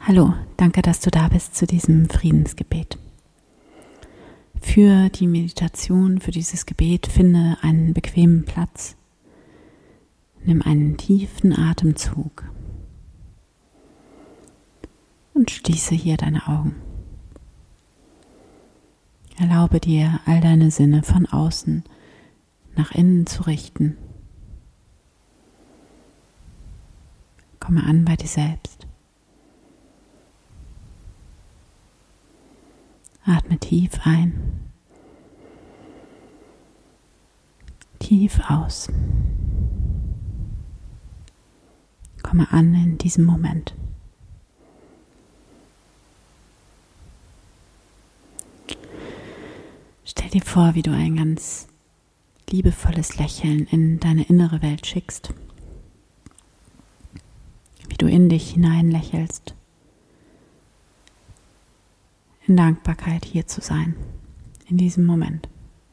Hallo, danke, dass du da bist zu diesem Friedensgebet. Für die Meditation, für dieses Gebet finde einen bequemen Platz. Nimm einen tiefen Atemzug und schließe hier deine Augen. Erlaube dir, all deine Sinne von außen nach innen zu richten. Komme an bei dir selbst. Atme tief ein, tief aus. Komme an in diesem Moment. Stell dir vor, wie du ein ganz liebevolles Lächeln in deine innere Welt schickst, wie du in dich hinein lächelst, in Dankbarkeit hier zu sein, in diesem Moment.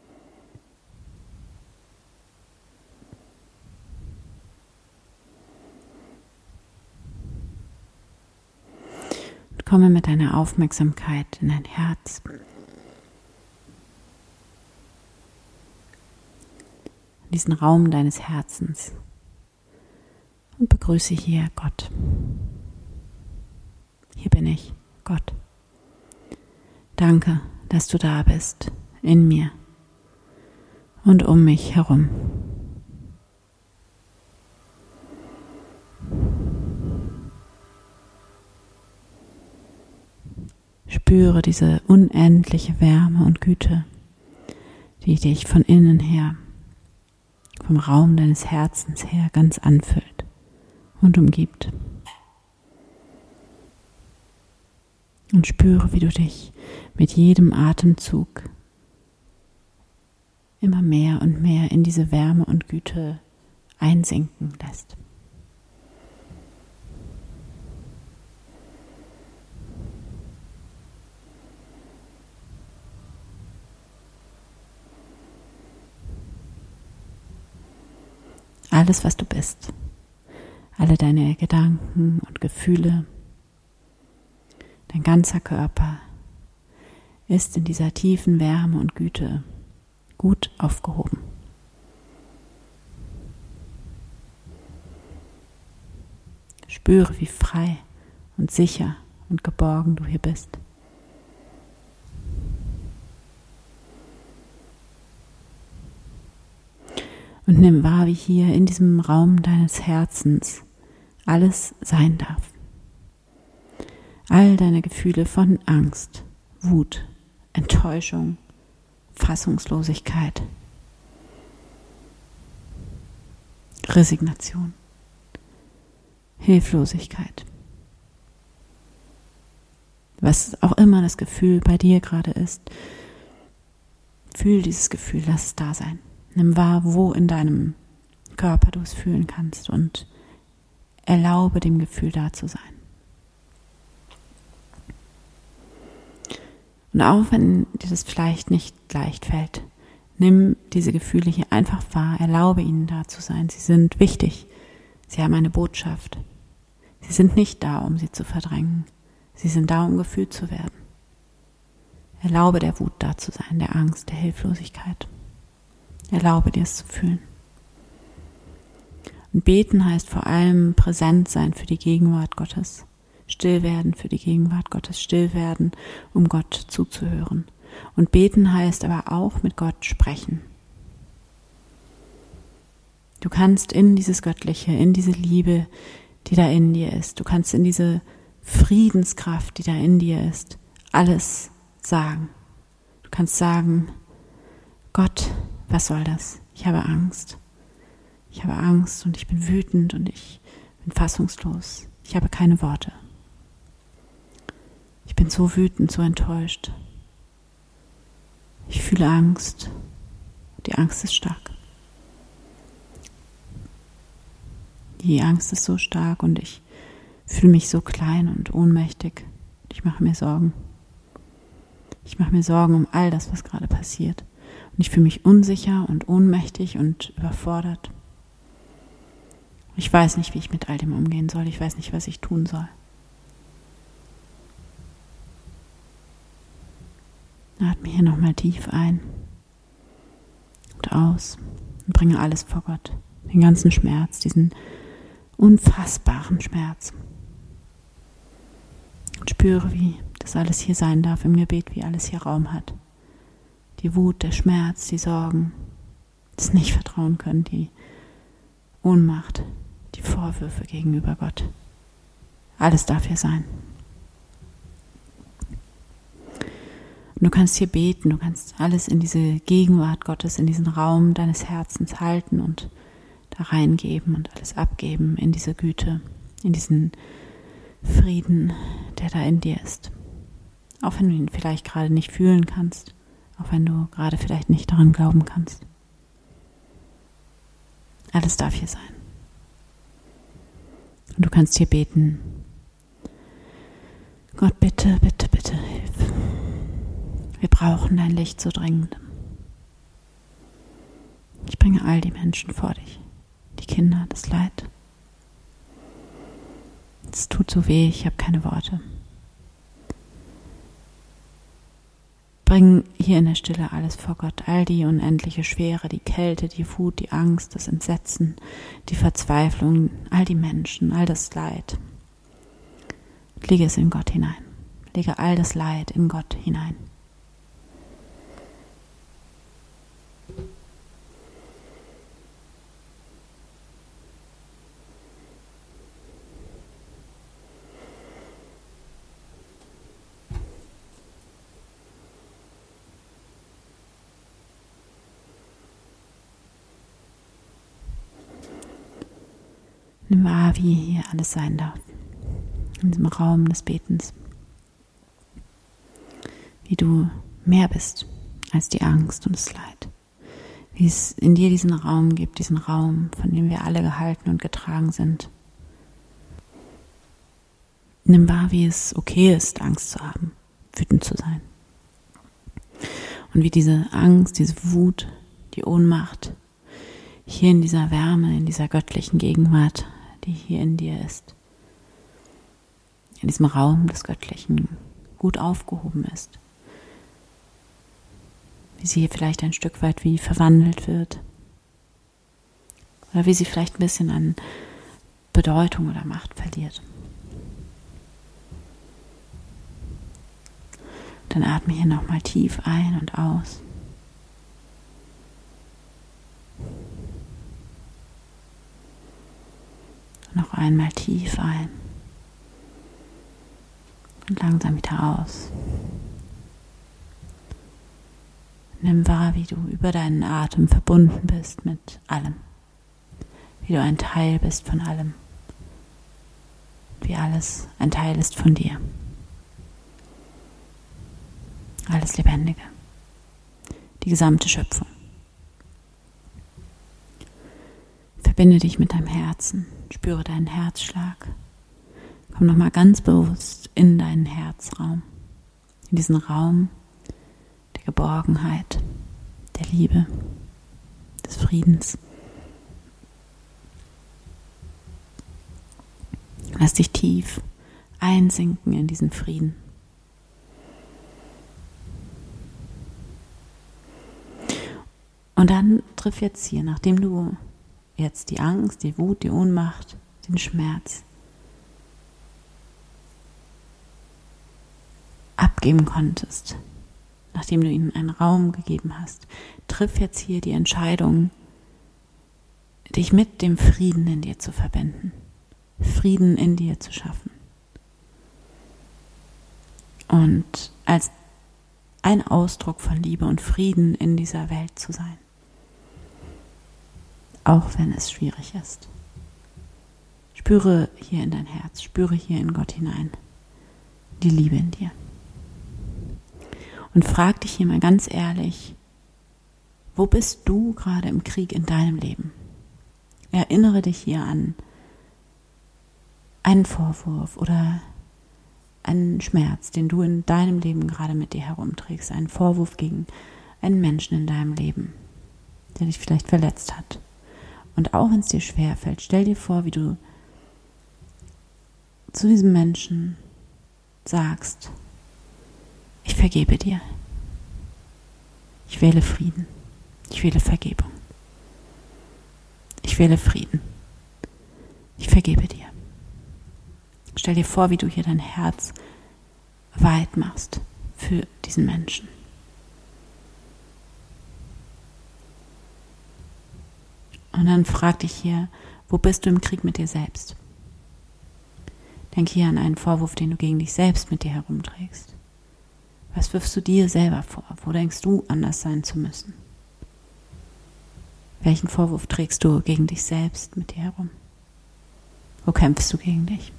Und komme mit deiner Aufmerksamkeit in dein Herz. In diesen Raum deines Herzens. Und begrüße hier Gott. Hier bin ich, Gott. Danke, dass du da bist, in mir und um mich herum. Spüre diese unendliche Wärme und Güte, die dich von innen her, vom Raum deines Herzens her ganz anfüllt und umgibt. Und spüre, wie du dich mit jedem Atemzug immer mehr und mehr in diese Wärme und Güte einsinken lässt. Alles, was du bist, alle deine Gedanken und Gefühle, dein ganzer Körper ist in dieser tiefen Wärme und Güte gut aufgehoben. Spüre, wie frei und sicher und geborgen du hier bist. Und nimm wahr, wie hier in diesem Raum deines Herzens alles sein darf. All deine Gefühle von Angst, Wut, Enttäuschung, Fassungslosigkeit, Resignation, Hilflosigkeit. Was auch immer das Gefühl bei dir gerade ist, fühl dieses Gefühl, lass es da sein. Nimm wahr, wo in deinem Körper du es fühlen kannst und erlaube dem Gefühl da zu sein. Und auch wenn dir das vielleicht nicht leicht fällt, nimm diese Gefühle hier einfach wahr, erlaube ihnen da zu sein. Sie sind wichtig, sie haben eine Botschaft. Sie sind nicht da, um sie zu verdrängen. Sie sind da, um gefühlt zu werden. Erlaube der Wut da zu sein, der Angst, der Hilflosigkeit. Erlaube dir es zu fühlen. Und beten heißt vor allem präsent sein für die Gegenwart Gottes. Still werden für die Gegenwart Gottes, still werden, um Gott zuzuhören. Und beten heißt aber auch mit Gott sprechen. Du kannst in dieses Göttliche, in diese Liebe, die da in dir ist, du kannst in diese Friedenskraft, die da in dir ist, alles sagen. Du kannst sagen, Gott, was soll das? Ich habe Angst. Ich habe Angst und ich bin wütend und ich bin fassungslos. Ich habe keine Worte. Ich bin so wütend, so enttäuscht. Ich fühle Angst. Die Angst ist stark. Die Angst ist so stark und ich fühle mich so klein und ohnmächtig. Ich mache mir Sorgen. Ich mache mir Sorgen um all das, was gerade passiert. Und ich fühle mich unsicher und ohnmächtig und überfordert. Ich weiß nicht, wie ich mit all dem umgehen soll. Ich weiß nicht, was ich tun soll. Atme hier nochmal tief ein und aus und bringe alles vor Gott. Den ganzen Schmerz, diesen unfassbaren Schmerz. Und spüre, wie das alles hier sein darf im Gebet, wie alles hier Raum hat. Die Wut, der Schmerz, die Sorgen, das Nicht-Vertrauen können, die Ohnmacht, die Vorwürfe gegenüber Gott. Alles darf hier sein. Und du kannst hier beten, du kannst alles in diese Gegenwart Gottes, in diesen Raum deines Herzens halten und da reingeben und alles abgeben in diese Güte, in diesen Frieden, der da in dir ist. Auch wenn du ihn vielleicht gerade nicht fühlen kannst, auch wenn du gerade vielleicht nicht daran glauben kannst. Alles darf hier sein. Und du kannst hier beten: Gott, bitte, bitte, bitte, hilf. Wir brauchen dein Licht so dringend. Ich bringe all die Menschen vor dich, die Kinder, das Leid. Es tut so weh, ich habe keine Worte. Bring hier in der Stille alles vor Gott, all die unendliche Schwere, die Kälte, die Wut, die Angst, das Entsetzen, die Verzweiflung, all die Menschen, all das Leid. Lege es in Gott hinein. Lege all das Leid in Gott hinein. Nimm wahr, wie hier alles sein darf, in diesem Raum des Betens. Wie du mehr bist als die Angst und das Leid. Wie es in dir diesen Raum gibt, diesen Raum, von dem wir alle gehalten und getragen sind. Nimm wahr, wie es okay ist, Angst zu haben, wütend zu sein. Und wie diese Angst, diese Wut, die Ohnmacht hier in dieser Wärme, in dieser göttlichen Gegenwart, die hier in dir ist, in diesem Raum des Göttlichen gut aufgehoben ist. Wie sie hier vielleicht ein Stück weit wie verwandelt wird. Oder wie sie vielleicht ein bisschen an Bedeutung oder Macht verliert. Dann atme hier nochmal tief ein und aus. Noch einmal tief ein und langsam wieder aus. Nimm wahr, wie du über deinen Atem verbunden bist mit allem. Wie du ein Teil bist von allem. Wie alles ein Teil ist von dir. Alles Lebendige. Die gesamte Schöpfung. Verbinde dich mit deinem Herzen. Spüre deinen Herzschlag. Komm nochmal ganz bewusst in deinen Herzraum. In diesen Raum der Geborgenheit, der Liebe, des Friedens. Lass dich tief einsinken in diesen Frieden. Und dann triff jetzt hier, nachdem du jetzt die Angst, die Wut, die Ohnmacht, den Schmerz abgeben konntest, nachdem du ihnen einen Raum gegeben hast, triff jetzt hier die Entscheidung, dich mit dem Frieden in dir zu verbinden, Frieden in dir zu schaffen und als ein Ausdruck von Liebe und Frieden in dieser Welt zu sein. Auch wenn es schwierig ist. Spüre hier in dein Herz, spüre hier in Gott hinein die Liebe in dir. Und frag dich hier mal ganz ehrlich, wo bist du gerade im Krieg in deinem Leben? Erinnere dich hier an einen Vorwurf oder einen Schmerz, den du in deinem Leben gerade mit dir herumträgst, einen Vorwurf gegen einen Menschen in deinem Leben, der dich vielleicht verletzt hat. Und auch wenn es dir schwerfällt, stell dir vor, wie du zu diesem Menschen sagst: Ich vergebe dir. Ich wähle Frieden. Ich wähle Vergebung. Ich wähle Frieden. Ich vergebe dir. Stell dir vor, wie du hier dein Herz weit machst für diesen Menschen. Und dann frag dich hier, wo bist du im Krieg mit dir selbst? Denk hier an einen Vorwurf, den du gegen dich selbst mit dir herumträgst. Was wirfst du dir selber vor? Wo denkst du, anders sein zu müssen? Welchen Vorwurf trägst du gegen dich selbst mit dir herum? Wo kämpfst du gegen dich?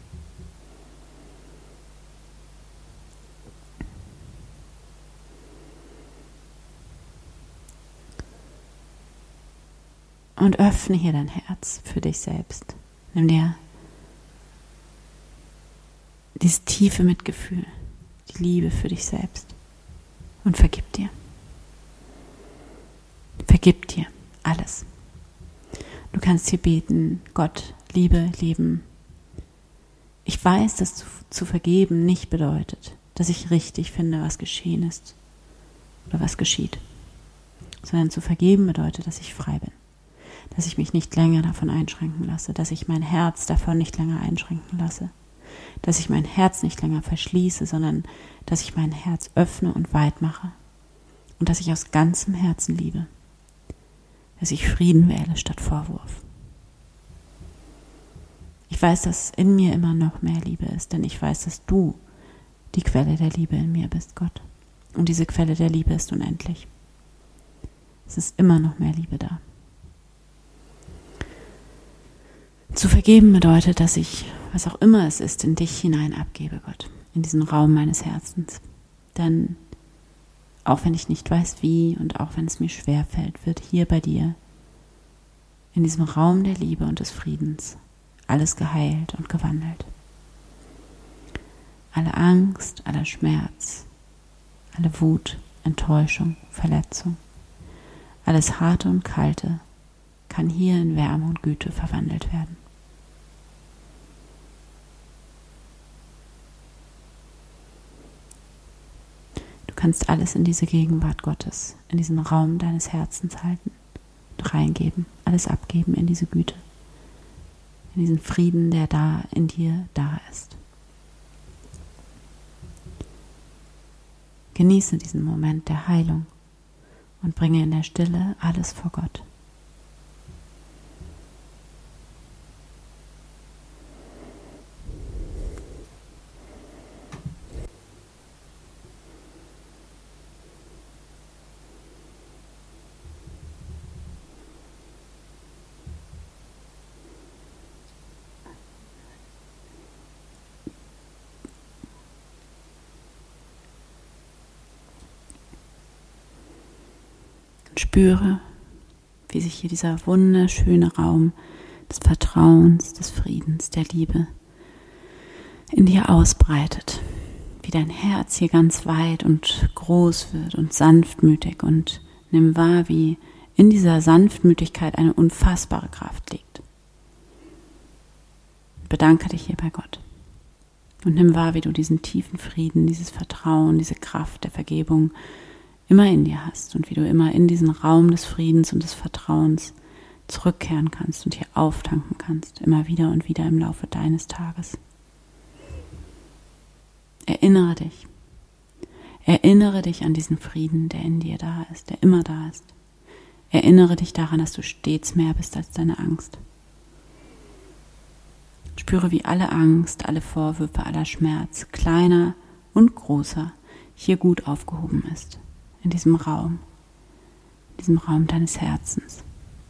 Und öffne hier dein Herz für dich selbst. Nimm dir dieses tiefe Mitgefühl, die Liebe für dich selbst und vergib dir. Vergib dir alles. Du kannst hier beten, Gott, Liebe, Leben. Ich weiß, dass zu vergeben nicht bedeutet, dass ich richtig finde, was geschehen ist oder was geschieht, sondern zu vergeben bedeutet, dass ich frei bin. Dass ich mich nicht länger davon einschränken lasse, dass ich mein Herz davon nicht länger einschränken lasse, dass ich mein Herz nicht länger verschließe, sondern dass ich mein Herz öffne und weit mache und dass ich aus ganzem Herzen liebe, dass ich Frieden wähle statt Vorwurf. Ich weiß, dass in mir immer noch mehr Liebe ist, denn ich weiß, dass du die Quelle der Liebe in mir bist, Gott. Und diese Quelle der Liebe ist unendlich. Es ist immer noch mehr Liebe da. Zu vergeben bedeutet, dass ich, was auch immer es ist, in dich hinein abgebe, Gott, in diesen Raum meines Herzens. Denn auch wenn ich nicht weiß wie und auch wenn es mir schwerfällt, wird hier bei dir, in diesem Raum der Liebe und des Friedens, alles geheilt und gewandelt. Alle Angst, aller Schmerz, alle Wut, Enttäuschung, Verletzung, alles Harte und Kalte kann hier in Wärme und Güte verwandelt werden. Du kannst alles in diese Gegenwart Gottes, in diesen Raum deines Herzens halten und reingeben, alles abgeben in diese Güte, in diesen Frieden, der da in dir da ist. Genieße diesen Moment der Heilung und bringe in der Stille alles vor Gott. Spüre, wie sich hier dieser wunderschöne Raum des Vertrauens, des Friedens, der Liebe in dir ausbreitet. Wie dein Herz hier ganz weit und groß wird und sanftmütig, und nimm wahr, wie in dieser Sanftmütigkeit eine unfassbare Kraft liegt. Bedanke dich hier bei Gott und nimm wahr, wie du diesen tiefen Frieden, dieses Vertrauen, diese Kraft der Vergebung immer in dir hast und wie du immer in diesen Raum des Friedens und des Vertrauens zurückkehren kannst und hier auftanken kannst, immer wieder und wieder im Laufe deines Tages. Erinnere dich an diesen Frieden, der in dir da ist, der immer da ist. Erinnere dich daran, dass du stets mehr bist als deine Angst. Spüre, wie alle Angst, alle Vorwürfe, aller Schmerz, kleiner und großer, hier gut aufgehoben ist. In diesem Raum deines Herzens.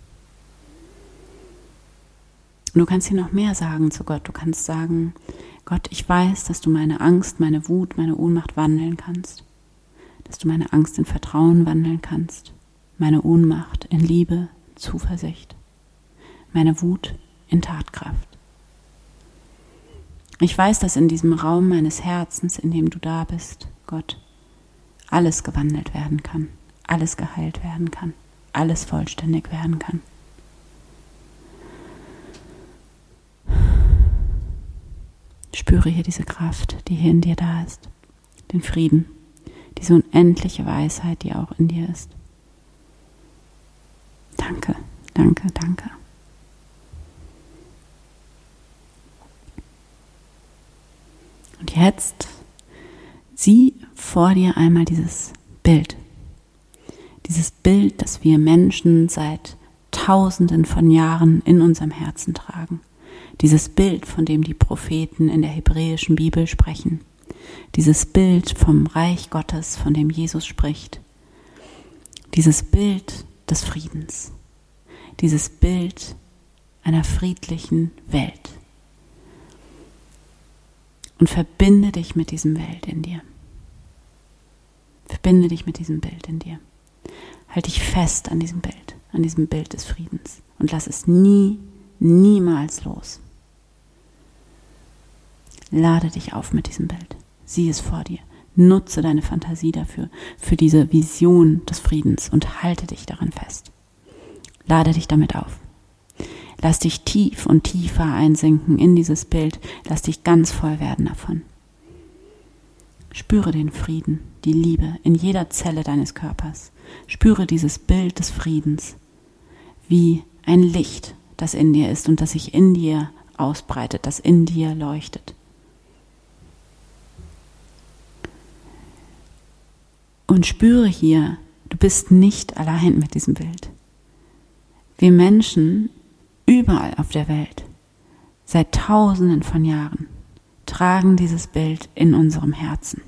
Und du kannst hier noch mehr sagen zu Gott. Du kannst sagen, Gott, ich weiß, dass du meine Angst, meine Wut, meine Ohnmacht wandeln kannst. Dass du meine Angst in Vertrauen wandeln kannst. Meine Ohnmacht in Liebe, Zuversicht. Meine Wut in Tatkraft. Ich weiß, dass in diesem Raum meines Herzens, in dem du da bist, Gott, alles gewandelt werden kann, alles geheilt werden kann, alles vollständig werden kann. Spüre hier diese Kraft, die hier in dir da ist, den Frieden, diese unendliche Weisheit, die auch in dir ist, danke, danke. Und jetzt sieh vor dir einmal dieses Bild. Dieses Bild, das wir Menschen seit Tausenden von Jahren in unserem Herzen tragen. Dieses Bild, von dem die Propheten in der hebräischen Bibel sprechen. Dieses Bild vom Reich Gottes, von dem Jesus spricht. Dieses Bild des Friedens. Dieses Bild einer friedlichen Welt. Und verbinde dich mit diesem Bild in dir. Verbinde dich mit diesem Bild in dir. Halt dich fest an diesem Bild des Friedens. Und lass es niemals los. Lade dich auf mit diesem Bild. Sieh es vor dir. Nutze deine Fantasie dafür, für diese Vision des Friedens und halte dich daran fest. Lade dich damit auf. Lass dich tief und tiefer einsinken in dieses Bild. Lass dich ganz voll werden davon. Spüre den Frieden, die Liebe in jeder Zelle deines Körpers. Spüre dieses Bild des Friedens wie ein Licht, das in dir ist und das sich in dir ausbreitet, das in dir leuchtet. Und spüre hier, du bist nicht allein mit diesem Bild. Wir Menschen überall auf der Welt, seit Tausenden von Jahren, tragen dieses Bild in unserem Herzen.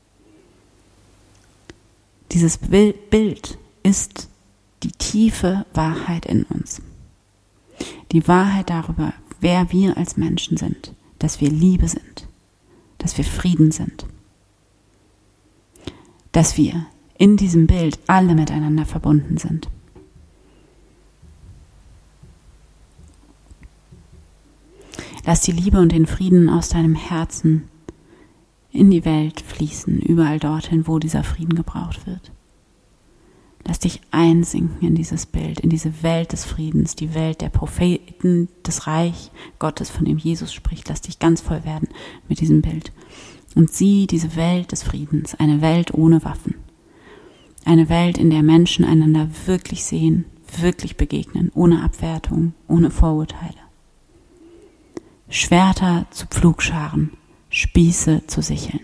Dieses Bild ist die tiefe Wahrheit in uns. Die Wahrheit darüber, wer wir als Menschen sind, dass wir Liebe sind, dass wir Frieden sind, dass wir in diesem Bild alle miteinander verbunden sind. Lass die Liebe und den Frieden aus deinem Herzen in die Welt fließen, überall dorthin, wo dieser Frieden gebraucht wird. Lass dich einsinken in dieses Bild, in diese Welt des Friedens, die Welt der Propheten, das Reich Gottes, von dem Jesus spricht. Lass dich ganz voll werden mit diesem Bild. Und sieh diese Welt des Friedens, eine Welt ohne Waffen. Eine Welt, in der Menschen einander wirklich sehen, wirklich begegnen, ohne Abwertung, ohne Vorurteile. Schwerter zu Pflugscharen, Spieße zu Sicheln.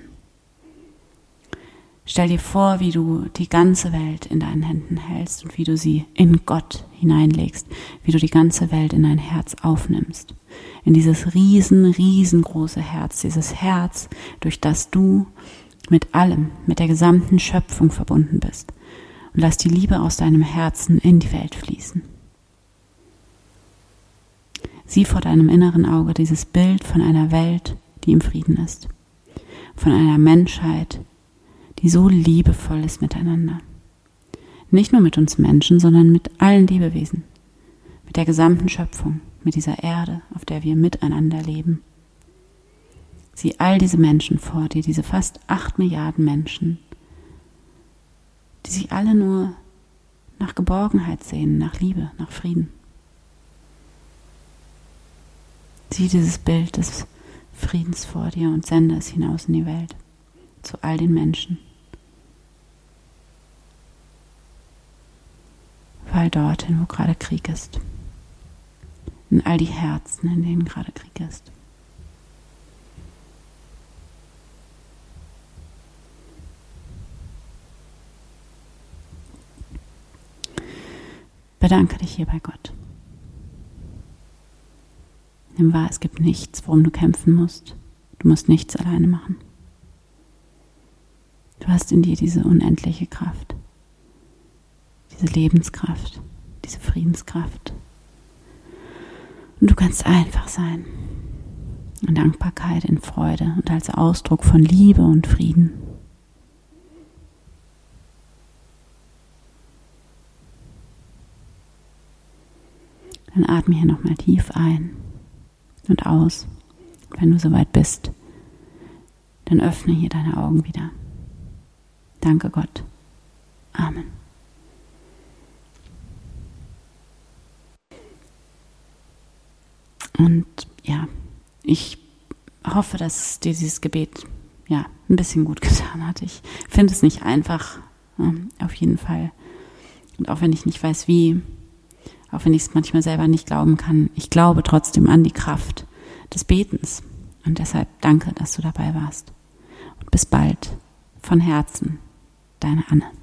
Stell dir vor, wie du die ganze Welt in deinen Händen hältst und wie du sie in Gott hineinlegst, wie du die ganze Welt in dein Herz aufnimmst. In dieses riesengroße Herz, dieses Herz, durch das du mit allem, mit der gesamten Schöpfung verbunden bist. Und lass die Liebe aus deinem Herzen in die Welt fließen. Sieh vor deinem inneren Auge dieses Bild von einer Welt, die im Frieden ist. Von einer Menschheit, die so liebevoll ist miteinander. Nicht nur mit uns Menschen, sondern mit allen Lebewesen. Mit der gesamten Schöpfung, mit dieser Erde, auf der wir miteinander leben. Sieh all diese Menschen vor dir, diese fast 8 Milliarden Menschen, die sich alle nur nach Geborgenheit sehnen, nach Liebe, nach Frieden. Sieh dieses Bild des Friedens vor dir und sende es hinaus in die Welt, zu all den Menschen. Überall dorthin, wo gerade Krieg ist. In all die Herzen, in denen gerade Krieg ist. Bedanke dich hier bei Gott. Nimm wahr, es gibt nichts, worum du kämpfen musst. Du musst nichts alleine machen. Du hast in dir diese unendliche Kraft, diese Lebenskraft, diese Friedenskraft. Und du kannst einfach sein. In Dankbarkeit, in Freude und als Ausdruck von Liebe und Frieden. Dann atme hier nochmal tief ein und aus. Und wenn du soweit bist, dann öffne hier deine Augen wieder. Danke Gott. Amen. Und ja, ich hoffe, dass dir dieses Gebet ein bisschen gut getan hat. Ich finde es nicht einfach, auf jeden Fall. Und auch wenn ich nicht weiß wie, auch wenn ich es manchmal selber nicht glauben kann. Ich glaube trotzdem an die Kraft des Betens. Und deshalb danke, dass du dabei warst. Und bis bald. Von Herzen, deine Anne.